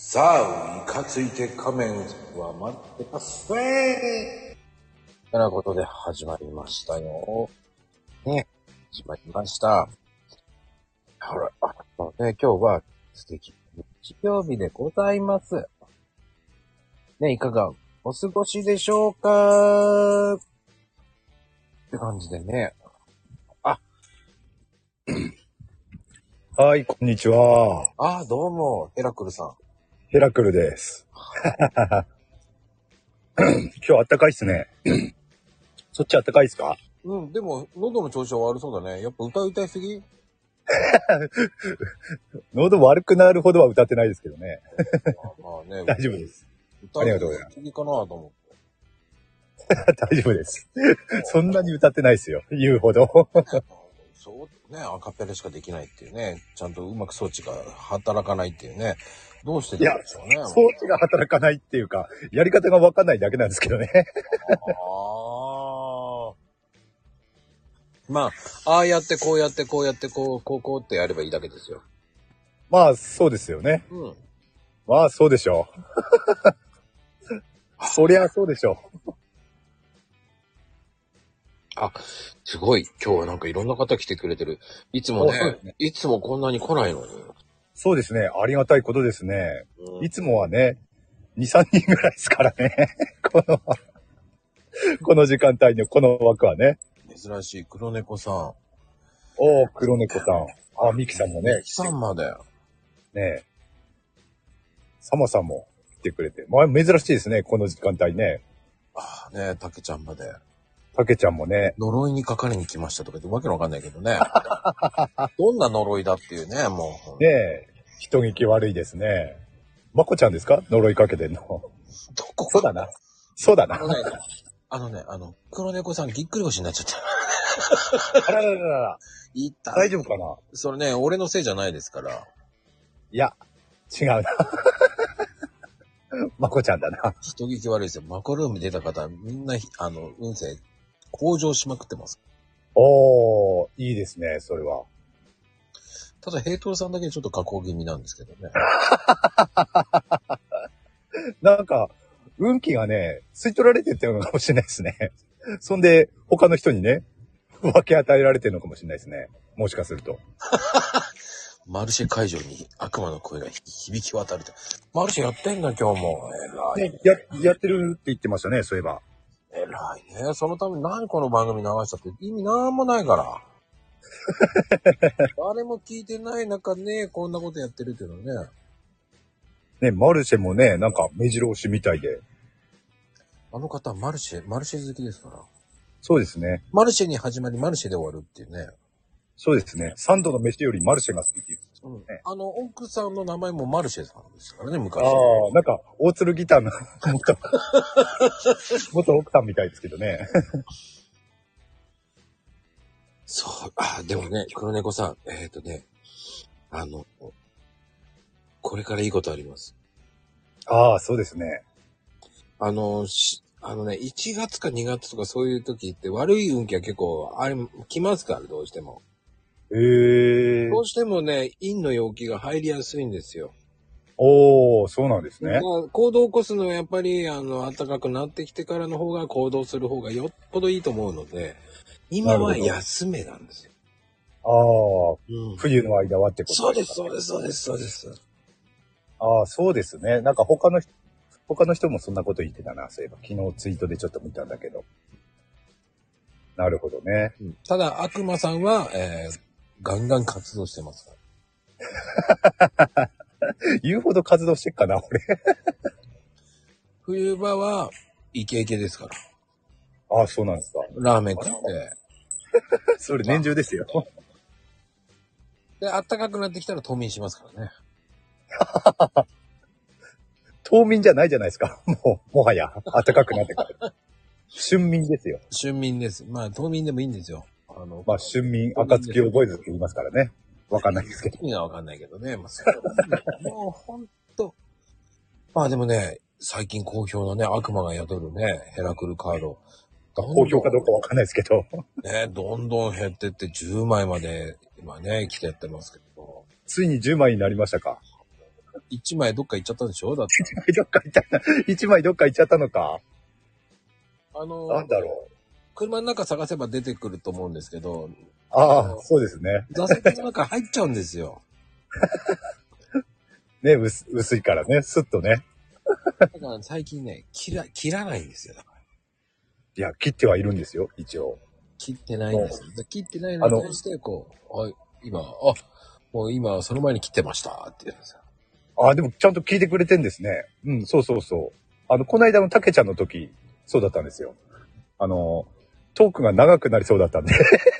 さあ、いかついて仮面は待ってますね。ということで始まりましたよ。ね、始まりました。ほら、もうね、今日は素敵な日曜日でございます。ね、いかがお過ごしでしょうかって感じでね。 はい、こんにちは。 どうも、ヘラクルさん。 ヘラクルです。今日あったかいっすね。そっちあったかいっすか？ うん、でも、喉の調子は悪そうだね。やっぱ歌いすぎ喉悪くなるほどは歌ってないですけどね。 まあね、 大丈夫です。 歌ありがとうございます。 すぎかなと思って。 大丈夫です。そんなに歌ってないですよ。言うほど。 そうね、アカペラしかできないっていうね、ちゃんとうまく装置が働かないっていうね、どうしてたんでしょうね。 装置が働かないっていうか、やり方がわかんないだけなんですけどね。 まあ、ああやってこうやってこうやってこうってやればいいだけですよ。 まあ、そうですよね。 うん。 まあ、そうでしょう。そりゃそうでしょう。 すごい。今日はなんかいろんな方来てくれてる。いつもね、いつもこんなに来ないのに。 そうですね。ありがたいことですね。 うん、 いつもはね、2、3人ぐらいですからね。この時間帯のこの枠はね。 珍しい黒猫さん。 おー、黒猫さん。ミキさんもね。 ミキさんまで。 ねサマさんも来てくれて。まあ、珍しいですね。この時間帯ね。 ね、たけちゃんまで。 たけちゃんもね。 呪いにかかりに来ましたとか言ってわけのわかんないけどね。どんな呪いだっていうね、もう。 ねえ、人聞き悪いですね。まこちゃんですか？呪いかけてんの。 どこそうだな。そうだな。 黒猫さんぎっくり腰になっちゃった。 あらららら。大丈夫かな？ それね、俺のせいじゃないですから。 いや、違うな。まこちゃんだな。 人聞き悪いですよ。マコルーム出た方、みんな、運勢、向上しまくってます。 おー、いいですね、それは。 ただ、平等さんだけちょっと加工気味なんですけどね。 なんか、運気がね、吸い取られてってるのかもしれないですね。そんで、他の人にね、分け与えられてるのかもしれないですね。もしかすると。 マルシェ会場に悪魔の声が響き渡ると。マルシェやってんだ、今日も。偉い。 ね、やってるって言ってましたね、そういえば。 偉いね。そのために何この番組流したって意味なんもないから。誰も聞いてない中ね、こんなことやってるっていうのね。 ね、マルシェもね、なんか目白押しみたいで。 あの方、マルシェ好きですから。 そうですね。 マルシェに始まり、マルシェで終わるっていうね。 そうですね。サンドの飯よりマルシェが好きっていう、 うん。 ね。 奥さんの名前もマルシェさんですからね、昔。 なんか、大鶴ギターの元奥さんみたいですけどね。 そう、でもね、黒猫さん、これからいいことあります。 そうですね。 1月か2月とかそういう時って悪い運気は結構、来ますから、どうしても。どうしてもね、陰の陽気が入りやすいんですよ。 そうなんですね。 行動を起こすのはやっぱり、暖かくなってきてからの方が行動する方がよっぽどいいと思うので、今は休めなんですよ。 冬の間はってことですか？ そうです。 そうですね。なんか他の人もそんなこと言ってたな、そういえば。昨日ツイートでちょっと見たんだけど。なるほどね。 ただ、悪魔さんは、ガンガン活動してますから。言うほど活動してっかな、俺。 冬場は、イケイケですから。 そうなんですか。 ラーメン食って。 それ年中ですよ。 で、暖かくなってきたら冬眠しますからね。 冬眠じゃないじゃないですか。もはや。暖かくなってから。春眠ですよ。 春眠です。まあ、冬眠でもいいんですよ。 春眠、暁を覚えずって言いますからね。わかんないですけど。 意味がわかんないけどね。もうほんと。まあでもね、最近好評なね、悪魔が宿るね、ヘラクルカード。 好評かどうかわかんないですけど。 ね、どんどん減ってって10枚まで今ね、来てやってますけど。 ついに10枚になりましたか。 1枚どっか行っちゃったでしょだって。 一枚どっか行っちゃったのか。なんだろう。 車の中探せば出てくると思うんですけど。 ああ、そうですね。 座席の中入っちゃうんですよ。 ね、薄いからね、スッとね。 だから最近ね、切らないんですよ。だからいや、切ってはいるんですよ、一応。 切ってないんですよ。切ってないのに対して、こう、もう今、その前に切ってましたって言うんですよ。 あ、でもちゃんと聞いてくれてんですね。うん、そうそうそう。この間のたけちゃんの時、そうだったんですよ。トークが長くなりそうだったんで。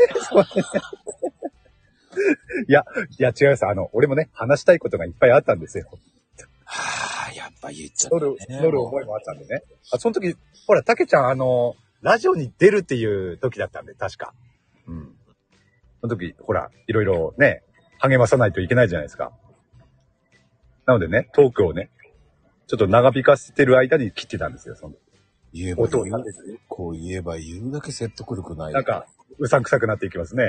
いや、違います。俺もね、話したいことがいっぱいあったんですよ。 はぁ、やっぱ言っちゃったね。 乗る思いもあったんでね。その時、ほら、たけちゃん、ラジオに出るっていう時だったんで、確か。うん。その時、ほら、いろいろね、励まさないといけないじゃないですか。なのでね、トークをね、ちょっと長引かせてる間に切ってたんですよ、その時。 言えば言う、こう言えば言うだけ説得力ない。 なんか、うさんくさくなっていきますね。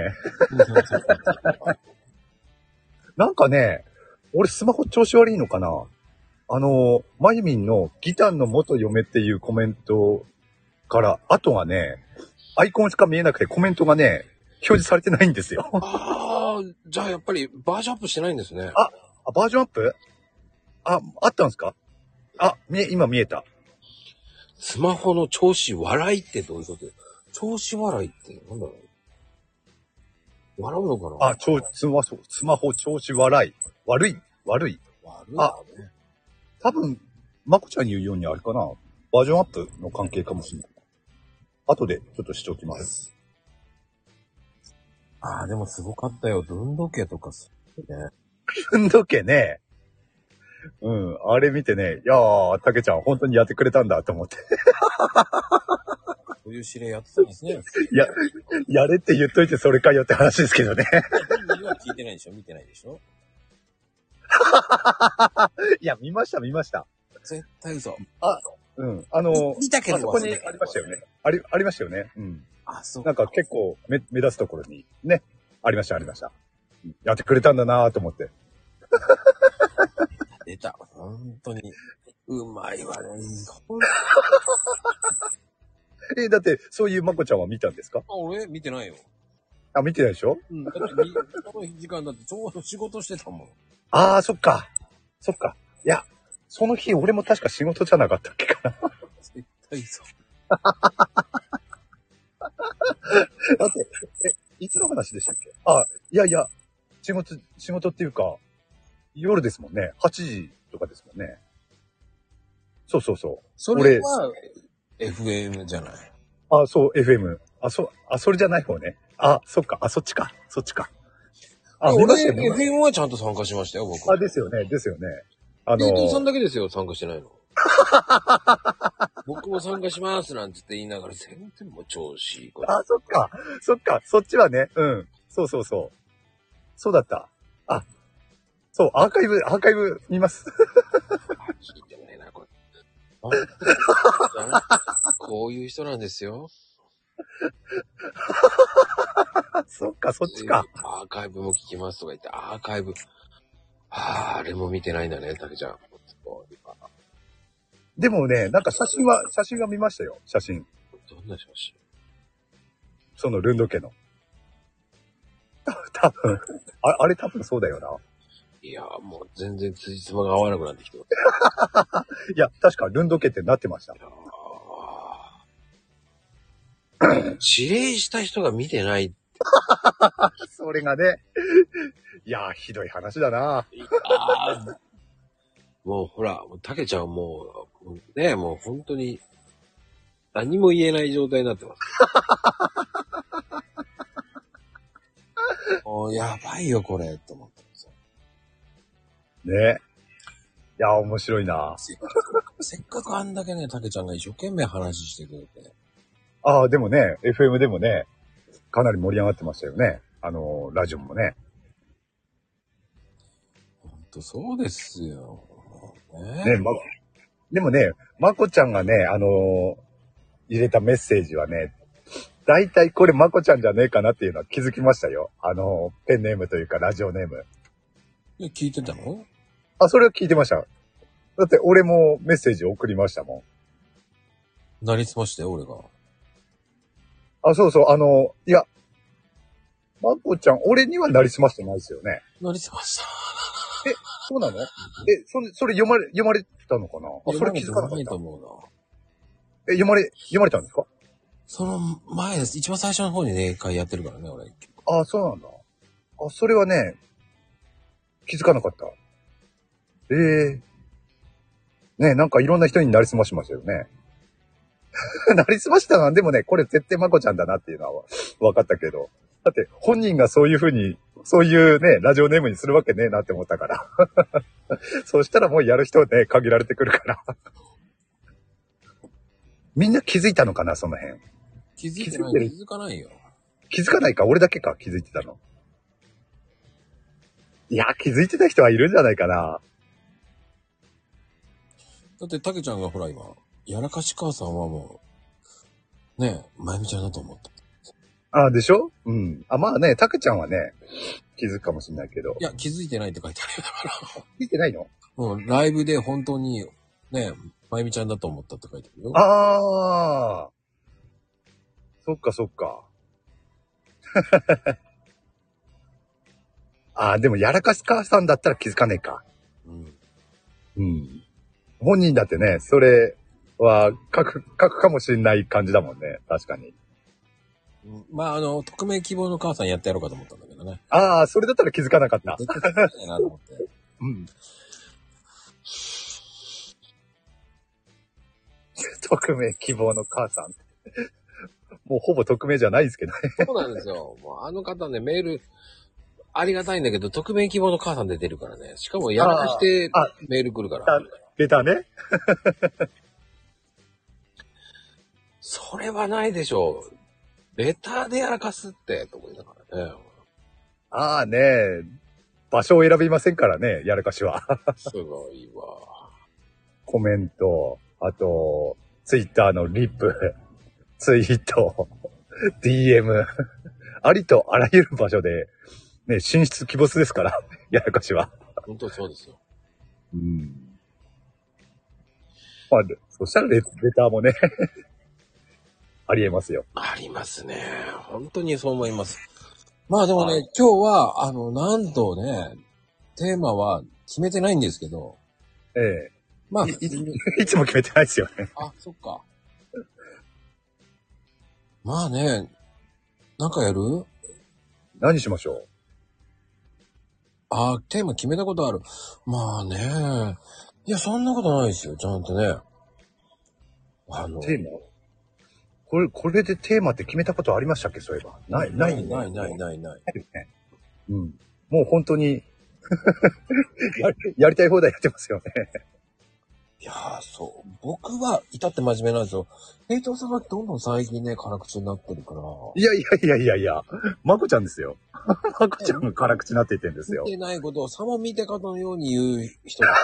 なんかね、俺スマホ調子悪いのかな？まゆみんのギターの元嫁っていうコメントから、あとはね、アイコンしか見えなくてコメントがね、表示されてないんですよ。 ああ、じゃあやっぱりバージョンアップしてないんですね。 バージョンアップ？あったんですか？今見えた。 スマホの調子笑いってどういうこと？調子笑いってなんだろう？笑うのかな？ スマホ調子悪い。悪い。多分、まこちゃんに言うようにあれかな。バージョンアップの関係かもしれない。後でちょっとしておきます。 でもすごかったよ。運動系とかすごいね。 運動系ね。うん、あれ見てね、いやー、たけちゃん本当にやってくれたんだと思って。 そういう指令やってたんですね。 やれって言っといてそれかよって話ですけどね。 本人は聞いてないでしょ？見てないでしょ？ いや、見ました。 絶対嘘。 うん。 見たけどそこにありましたよね。ありましたよね。うん。 そう。 なんか結構目立つところにね、ありました。やってくれたんだなーと思って。 出た。本当に。うまいわね。 だって、そういうまこちゃんは見たんですか？ 俺見てないよ。 見てないでしょ？ うん。だって、この時間だってちょうど仕事してたもん。 そっか。いや、その日俺も確か仕事じゃなかったっけかな。 絶対そう。 だって、いつの話でしたっけ？いや、仕事っていうか、夜ですもんね。8時とかですもんね。そう。 それは、FM じゃない。 そう、FM。それじゃない方ね。そっか。そっちか。 俺、FM はちゃんと参加しましたよ、僕。 ですよね。 AD さんだけですよ、参加してないの。僕も参加しますなんて言いながら、全然もう調子いい。 そっか。そっちはね。うん。そう。そうだった。そう、アーカイブ見ます。 聞いてもねえな、これ。こういう人なんですよ。 そっか、そっちか。 アーカイブも聞きますとか言って、アーカイブ。あれも見てないんだね、たけちゃん。 でもね、なんか写真は見ましたよ、写真。 どんな写真？ そのルンド家の。多分、あれ多分そうだよな。 いや、もう全然辻褄が合わなくなってきてます。 いや、確かルンド家ってなってました。 指令した人が見てない。 それがね。いや、ひどい話だな。 もうほら、たけちゃんもう、ね、もう本当に何も言えない状態になってます。もうやばいよ、これ、と思ってますね。いや、面白いな。 せっかくあんだけね、たけちゃんが一生懸命話してくれて。 でもね、FM でもね、かなり盛り上がってましたよね。ラジオもね。 ほんとそうですよ。ね、 でもね、まこちゃんがね、入れたメッセージはね、だいたいこれまこちゃんじゃねえかなっていうのは気づきましたよ。ペンネームというかラジオネーム。 聞いてたの？ あ、それは聞いてました。だって俺もメッセージ送りましたもん。 なりすまして、俺が。 あ、そうそう、いや、まこちゃん、俺にはなりすましてないですよね。 なりすました。 え、そうなの？それ読まれたのかな？あ、それ気づかなかった。 ないと思うな。 読まれたんですか？ その前です。一番最初の方にね、会やってるからね、俺。 あ、そうなんだ。あ、それはね、気づかなかった。ええね、なんかいろんな人になりすましましたよね。なりすましたな。でもね、これ絶対まこちゃんだなっていうのは分かったけど。だって本人がそういう風に、そういうね、ラジオネームにするわけねえなって思ったから。そうしたらもうやる人ね、限られてくるから。みんな気づいたのかな、その辺。 気づいてない。気づかないよ。 気づかないか、俺だけか、気づいてたの。いや、気づいてた人はいるんじゃないかな。 だって、たけちゃんがほら今、やらかし母さんはもう、ねえ、まゆみちゃんだと思った。 あ、でしょ？うん。あ、まあね、たけちゃんはね、気づくかもしれないけど。 いや、気づいてないって書いてあるよ。だから。 気づいてないの？ もう、ライブで本当に、ねえ、まゆみちゃんだと思ったって書いてあるよ。 ああ。そっかそっか。ああ、でもやらかし母さんだったら気づかねえか。 うん。 うん。本人だってね、それは書くかもしれない感じだもんね。確かに。 まあ、匿名希望の母さんやってやろうかと思ったんだけどね。 ああ、それだったら気づかなかった。 絶対気づかないなと思って。 うん。匿名希望の母さん。もうほぼ匿名じゃないですけどね。 そうなんですよ。もうあの方ね、メール、ありがたいんだけど、匿名希望の母さんで出るからね。しかもやらかしてメール来るから。 レターね。 それはないでしょう。レターでやらかすって、と思いながらね。 ああね、場所を選びませんからね、やらかしは。 すごいわ。 コメント、あと、ツイッターのリップ、ツイート、DM、ありとあらゆる場所で、ね、進出鬼没ですから、やらかしは。 本当そうですよ。 うん。まあ、そしたらレターもね、ありえますよ。 ありますね。本当にそう思います。まあでもね、今日は、なんとね、テーマは決めてないんですけど、 ええ。 まあ、 いつも決めてないですよね。 あ、そっか。まあね、なんかやる？ 何しましょう？ テーマ決めたことある。まあね、いや、そんなことないですよ、ちゃんとね。 テーマ？これでテーマって決めたことありましたっけ？そういえば。ない。うん。もう本当にやりたい放題やってますよね。 いやー、そう。僕は至って真面目なんですよ。平等さんがどんどん最近ね、辛口になってるから。 いや。まこちゃんですよ。まこちゃんが辛口になっていってんですよ。 見てないことをさも見てかのように言う人だ。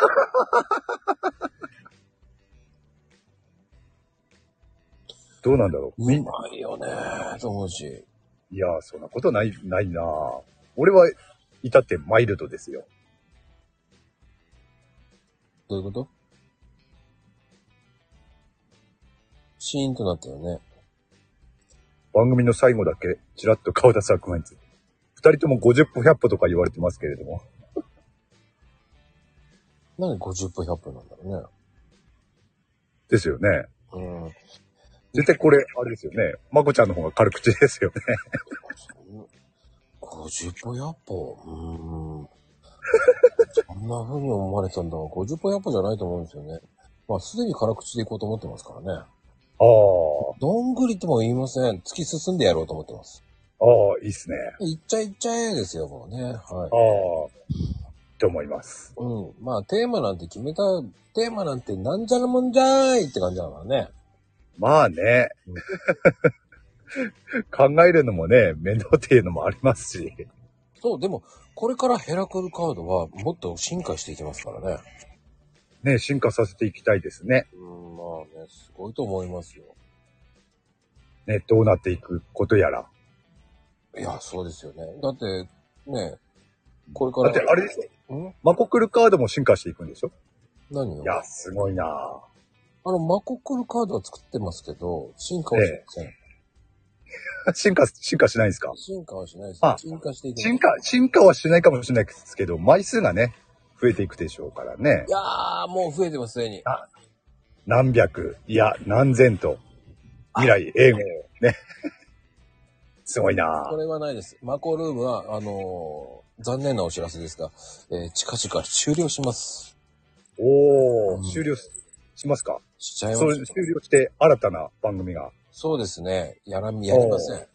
どうなんだろう。 うまいよねーと思うし。 いや、そんなことないな。俺は至ってマイルドですよ。 どういうこと？シーンとなったよね。 番組の最後だけ、ちらっと顔出す悪魔について。二人とも50歩100歩とか言われてますけれども。 なんで50分100分なんだろうね。 ですよね。 うん。 絶対これ、あれですよね。まこちゃんの方が軽口ですよね。 50歩100歩。そんな風に思われてたんだ。50歩100歩じゃないと思うんですよね。まあ、すでに辛口でいこうと思ってますからね。 あどんぐりとも言いません。突き進んでやろうと思ってます。 あ、いいっすね。 いっちゃえですよ、もうね。はい。 と思います。 うん。まあ、テーマなんて決めた、テーマなんてなんじゃらもんじゃーいって感じだからね。 まあね。考えるのもね、面倒っていうのもありますし。 そう、でも、これからヘラクルカードはもっと進化していきますからね。 ね、進化させていきたいですね。 まあね、すごいと思いますよ。 ね、どうなっていくことやら。 いや、そうですよね。だって、ね、 これから。 だってあれですよ。マコクルカードも進化していくんでしょ？ 何を？ いや、すごいなぁ。 マコクルカードは作ってますけど、進化はしません。 進化しないんですか？ 進化はしないです。 進化はしないかもしれないですけど、枚数がね、増えていくでしょうからね。 いやー、もう増えてます、すでに。 何百、いや、何千と、未来、英語、ね。すごいなぁ。 これはないです。マコルームは、残念なお知らせですが、近々終了します。 終了しますか？ しちゃいます。 終了して、新たな番組が。 そうですね。やりません。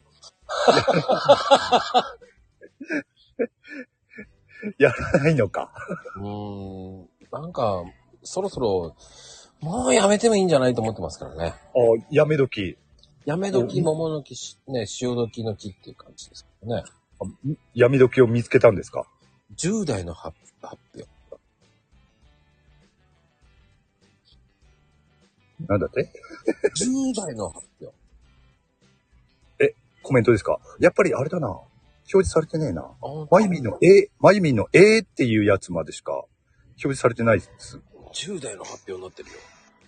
やらないのか。 なんか、そろそろ、もうやめてもいいんじゃないと思ってますからね。 やめ時。 やめ時、桃の木、ね、潮時の木っていう感じですからね。 やめ時を見つけたんですか ？10代の発表。 なんだって ?10 代の発表。 コメントですか？やっぱりあれだな。表示されてねえな。まゆみんの A っていうやつまでしか表示されてないです。 10代の発表になってるよ。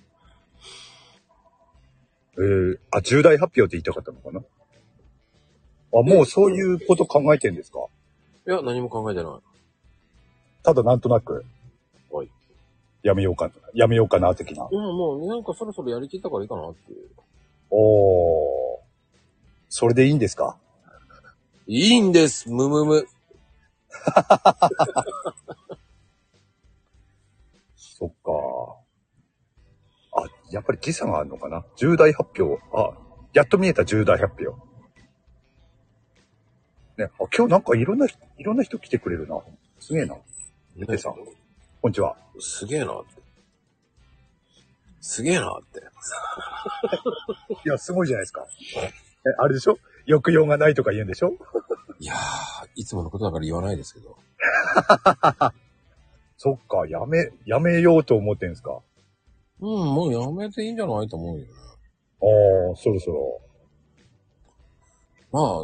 重大発表って言いたかったのかな？もうそういうこと考えてんですか？ いや、何も考えてない。 ただなんとなく。 はい。 やめようかな、的な。 もうなんかそろそろやりきったからいいかなっていう。 それでいいんですか？ いいんです、むむむ。 そっか。やっぱり時差があるのかな？重大発表。やっと見えた重大発表。ね、今日なんかいろんな人来てくれるな。すげえな。ゆてさん。こんにちは。 すげえなって。すげえなって。 いや、すごいじゃないですか。あれでしょ？抑揚がないとか言うんでしょ？ いやー、いつものことだから言わないですけど。 そっか、やめようと思ってんすか？ もうやめていいんじゃないと思うよね。 そろそろ。 ま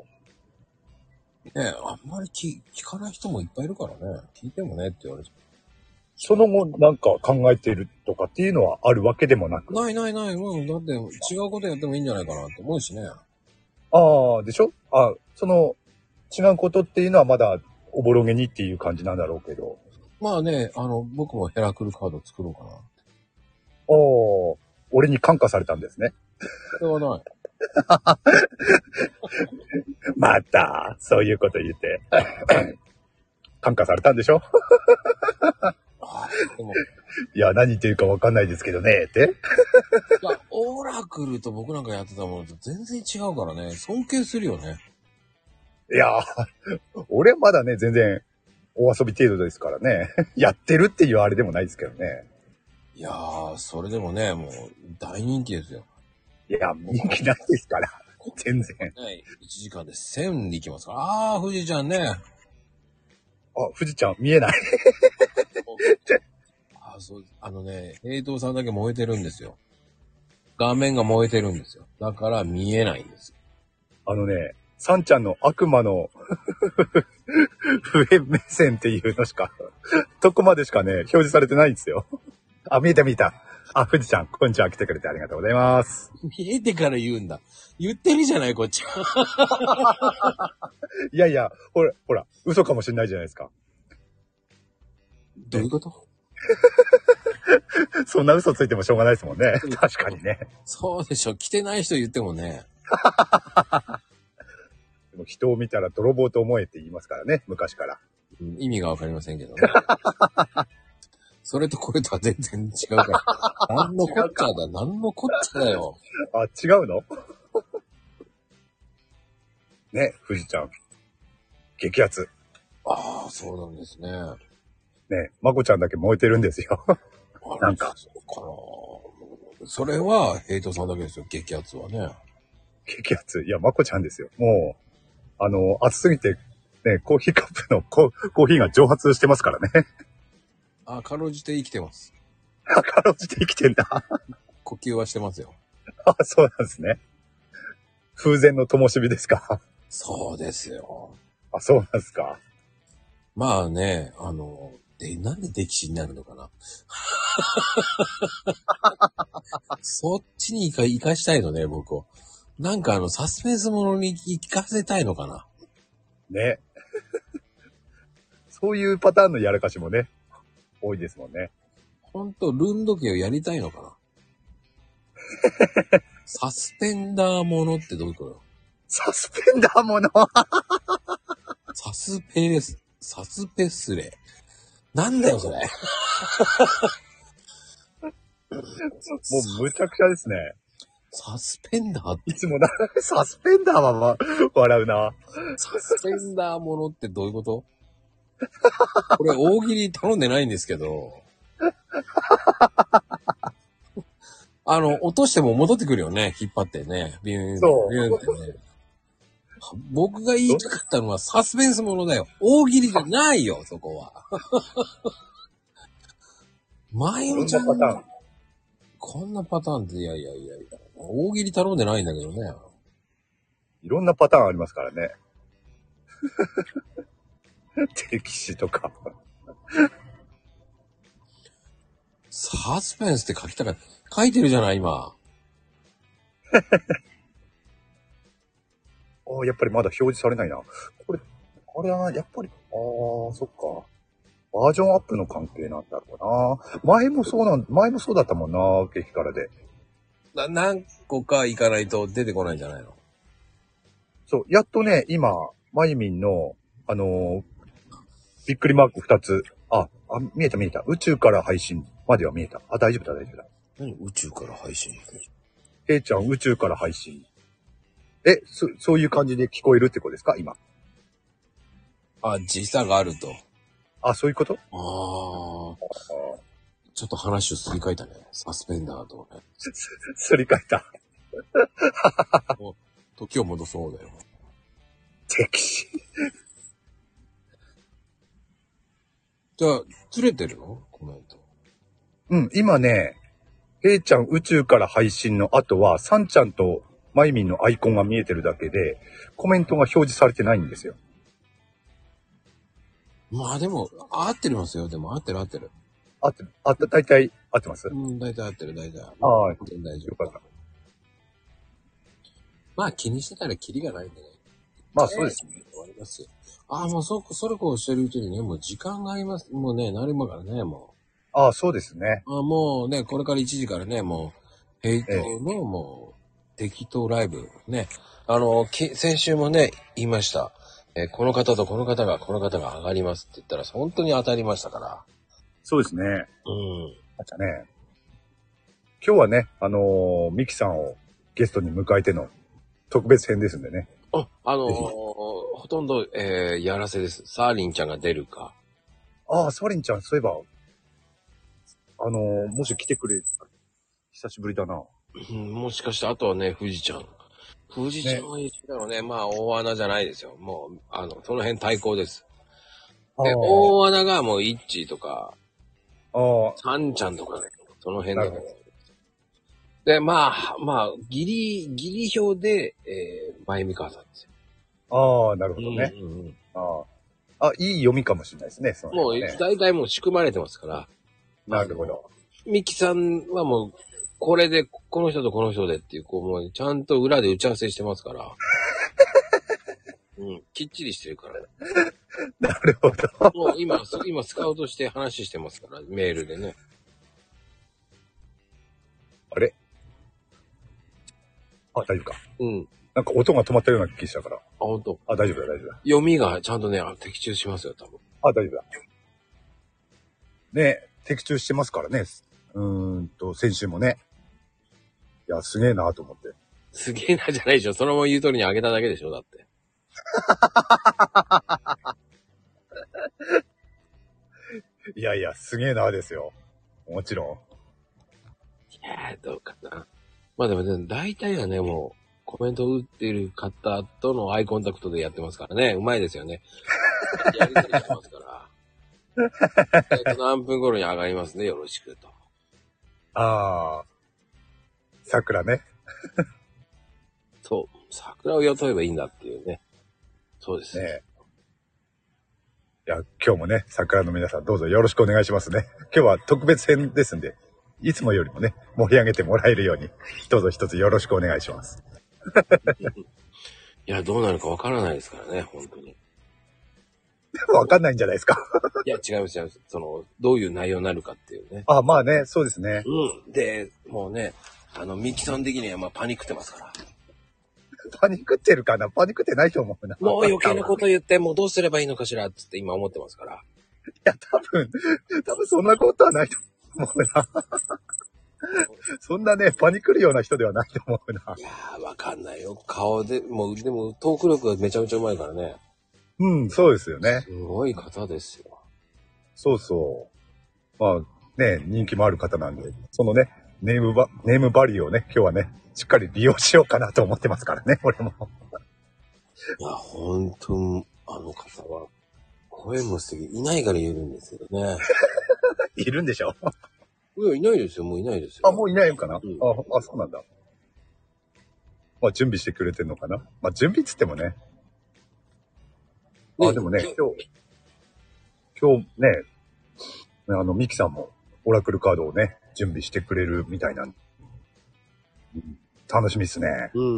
あ、ねあんまり聞かない人もいっぱいいるからね。聞いてもねって言われちゃう。 その後なんか考えてるとかっていうのはあるわけでもなく。 ない。だって違うことやってもいいんじゃないかなって思うしね。 でしょ？その違うことっていうのはまだおぼろげにっていう感じなんだろうけど。 まあね、僕もヘラクルカード作ろうかな。 俺に感化されたんですね。 それはない。 また、そういうこと言って。感化されたんでしょ？ でもいや、何言ってるかわかんないですけどね、って。 いや、オラクルと僕なんかやってたものと全然違うからね、尊敬するよね。 いや、俺はまだね、全然、お遊び程度ですからね。やってるっていうあれでもないですけどね。 いやー、それでもね、もう大人気ですよ。 いや、人気ないですから。全然。 ね、1時間で1000でいきますから。富士ちゃんね。 富士ちゃん見えない。 そう、平等さんだけ燃えてるんですよ。画面が燃えてるんですよ。だから見えないんですよ。 サンちゃんの悪魔の上目線っていうのしか、とこまでしかね、表示されてないんですよ。見えた。富士ちゃん、こんにちは。来てくれてありがとうございます。 見えてから言うんだ。言ってるじゃない、こっちは。 いや、ほら、嘘かもしれないじゃないですか。 どういうこと？ そんな嘘ついてもしょうがないですもんね。確かにね。 そうでしょ。来てない人言ってもね。 でも人を見たら泥棒と思えって言いますからね、昔から。 意味がわかりませんけどね。それとこれとは全然違うから。なんのこっちゃだよ。 違うの？ね、富士ちゃん。激アツ。 そうなんですね。 ね、まこちゃんだけ燃えてるんですよ。なんか。 それは、ヘイトさんだけですよ、激アツはね。 激アツ。いや、まこちゃんですよ。もう、暑すぎて、ね、コーヒーカップのコーヒーが蒸発してますからね。 かろうじて生きてます。 かろうじて生きてんだ。 呼吸はしてますよ。 そうなんですね。風前の灯火ですか？ そうですよ。 そうなんですか。 まあね、なんで溺死になるのかな。そっちに行かしたいのね、僕を。なんかサスペンスものに行かせたいのかな。 ね。そういうパターンのやらかしもね、多いですもんね。 ほんと、ルンド家をやりたいのかな。サスペンダーものってどういうこと？ サスペンダーものサスペスレ。なんだよ、それ。 もうむちゃくちゃですね。 サスペンダーって、 いつもな、サスペンダーは、笑うな。 サスペンダーものってどういうこと？これ大喜利頼んでないんですけど、落としても戻ってくるよね。引っ張ってね。ビューン、 そうビューンってね。僕が言いたかったのはサスペンスものだよ。大喜利じゃないよ、そこは。まゆみちゃん、こんなパターンって、いや。大喜利頼んでないんだけどね。 いろんなパターンありますからね。歴史とか。 サスペンスって書きたかった。書いてるじゃない、今。 やっぱりまだ表示されないな。これ、あれは、やっぱり、そっか。バージョンアップの関係なんだろうな。前もそうだったもんな、激辛で。 何個か行かないと出てこないんじゃないの？ そう、やっとね、今、まゆみんの、びっくりマーク2つ。見えた。宇宙から配信までは見えた。大丈夫だ。 何宇宙から配信？ けいちゃん宇宙から配信。そういう感じで聞こえるってことですか今。 時差があると。 そういうこと？ ちょっと話をすり替えたね。サスペンダーとね。 すり替えた。 もう時を戻そうだよ。 敵視。 じゃあ、ずれてるの？コメント。 うん、今ね、けいちゃん宇宙から配信の後は、さんちゃんとまゆみんのアイコンが見えてるだけで、コメントが表示されてないんですよ。 まあでも、合ってますよ。でも合ってる。 大体合ってます？ 大体合ってる、大体。 大丈夫。 よかった。 まあ気にしてたらキリがないんでね。 まあそうですね。 終わりますよ。もうそれこうしてるうちにね、もう時間があります。もうね、なりまからね、もう。そうですね。 もうね、これから1時からね、もう、ヘイトのもう、適当ライブ。ね。先週もね、言いました。この方とこの方が上がりますって言ったら、本当に当たりましたから。 そうですね。 うん。 じゃあね。今日はね、ミキさんをゲストに迎えての特別編ですんでね。 ほとんど、やらせです。サーリンちゃんが出るか。 サリンちゃん、そういえば、もし来てくれ、久しぶりだな。 もしかして、あとはね、富士ちゃんは一緒だろうね。まあ、大穴じゃないですよ。もう、その辺対抗です。で、大穴がもう、イッチーとか、サンちゃんとかね、その辺だから。で、まあ、ギリ票で、まゆみかわさんですよ。なるほどね。いい読みかもしれないですね。 もう、大体もう仕組まれてますから。 なるほど。 ミキさんはもう、これで、この人とこの人でっていう、もう、ちゃんと裏で打ち合わせしてますから。きっちりしてるからね。 なるほど。 もう今スカウトして話してますから、メールでね。 あれ？大丈夫か。 うん。 なんか音が止まったような気したから。 本当。 大丈夫だ。 読みがちゃんとね、的中しますよ、多分。 大丈夫だ。ね、的中してますからね。先週もね。いや、すげえなと思って。 すげえなじゃないでしょ。そのまま言う通りにあげただけでしょ、だって。 いや、すげえなですよ。もちろん。 どうかな。まあでもね、大体はね、もう、コメントを打ってる方とのアイコンタクトでやってますからね。うまいですよね。やりとりしてますから。何分頃に上がりますね、よろしくと。 桜ね。 そう。桜を雇えばいいんだっていうね。そうです。ね。 や、今日もね、桜の皆さんどうぞよろしくお願いしますね。今日は特別編ですんで、いつもよりもね、盛り上げてもらえるように、どうぞ一つよろしくお願いします。 いや、どうなるかわからないですからね、本当に。 わかんないんじゃないですか。 いや、違います。どういう内容になるかっていうね。 あ、まあね、そうですね。 うん。で、もうね、ミキさん的にはパニックってますから。 パニックってるかな？パニックってないと思うな。 もう余計なこと言って、もうどうすればいいのかしらって今思ってますから。 いや、多分そんなことはないと思うな。そんなね、パニクるような人ではないと思うな。 いやー、わかんないよ。顔で、でもトーク力がめちゃめちゃうまいからね。 うん、そうですよね。 すごい方ですよ。 そうそう。まあね、人気もある方なんで、そのね、ネームバリューをね、今日はね、しっかり利用しようかなと思ってますからね、俺も。 いや、ほんと、あの方は、声も素敵。いないから言えるんですけどね。 いるんでしょ？ いや、いないですよ。もういないですよ。 あ、もういないのかな？ うん、 あ、そうなんだ。まあ準備してくれてんのかな？まあ準備っつってもね。 ね、 あ、でもね、今日ね、ミキさんもオラクルカードをね、準備してくれるみたいなんで、楽しみですね。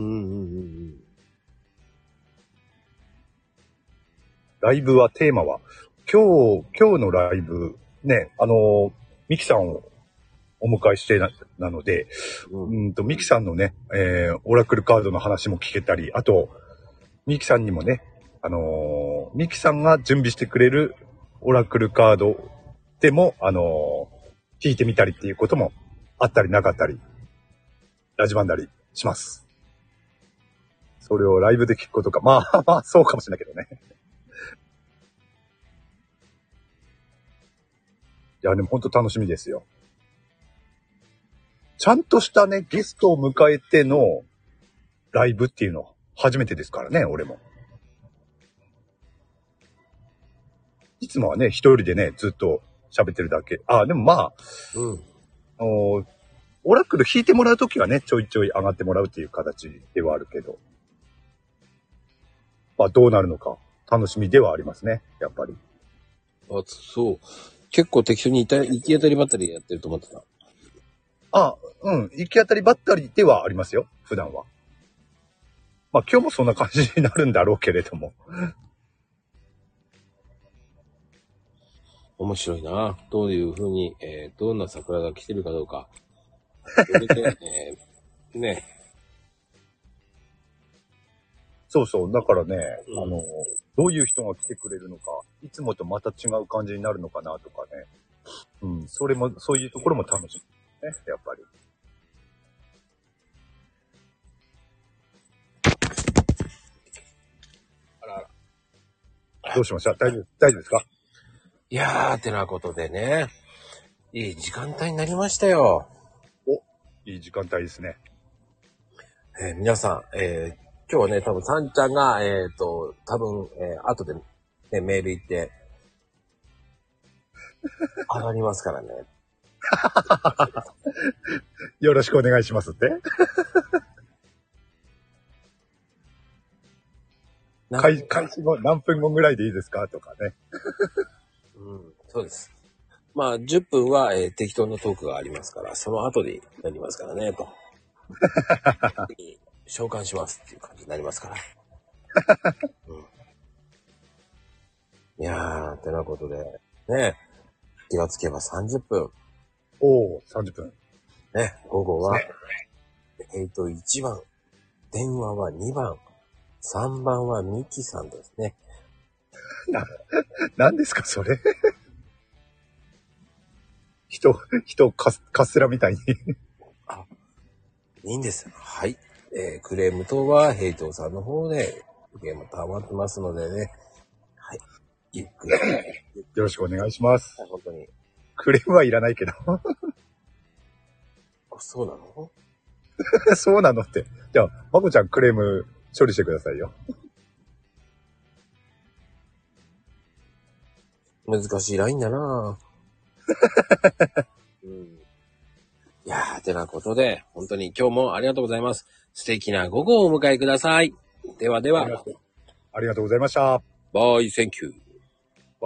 ライブは、テーマは、今日のライブ、ね、ミキさんをお迎えしてなので、ミキさんのね、オラクルカードの話も聞けたり、あと、ミキさんにもね、ミキさんが準備してくれるオラクルカードでも、聞いてみたりっていうこともあったりなかったり、ラジバンだりします。それをライブで聞くことか、まあ、そうかもしれないけどね。いや、でも本当楽しみですよ。ちゃんとしたね、ゲストを迎えてのライブっていうの初めてですからね、俺も。いつもはね、一人でね、ずっと喋ってるだけ。あ、でもまあ、オラクル弾いてもらうときはね、ちょいちょい上がってもらうっていう形ではあるけど。まあ、どうなるのか、楽しみではありますね、やっぱり。 あ、そう。結構適当に行き当たりばったりでやってると思ってた。 あ、うん。行き当たりばったりではありますよ。普段は。まあ今日もそんな感じになるんだろうけれども。 面白いな。どういう風に、どんな桜が来てるかどうか。ね。 そうそう。だからね、どういう人が来てくれるのか、いつもとまた違う感じになるのかなとかね。うん。そういうところも楽しみね、やっぱり。あらあら。どうしました？大丈夫ですか？ いやー、てなことでね、いい時間帯になりましたよ。 いい時間帯ですね。 皆さん、今日はね、多分さんちゃんが、多分、後で、ね、メール行って、上がりますからね。 よろしくお願いしますって。開始後何分後ぐらいでいいですかとかね。 そうです。まあ、10分は、適当なトークがありますから、その後になりますからね、と。召喚しますっていう感じになりますから。いやー、てなことで、ね、気がつけば30分。 おー、30分。 ね、午後は、1番、電話は2番、3番はミキさんですね。 何ですか、それ。人カステラみたいに。 あ、いいんです。はい。クレーム等はヘイトさんの方で、ゲーム溜まってますのでね。はい。ゆっくり。 よろしくお願いします。 本当に。 クレームはいらないけど。 そうなの？ そうなのって。じゃあ、まこちゃんクレーム処理してくださいよ。 難しいラインだなぁ。いやー、てなことで、本当に今日もありがとうございます。素敵な午後をお迎えください。ではでは。 ありがとうございました。 バイ、センキュー。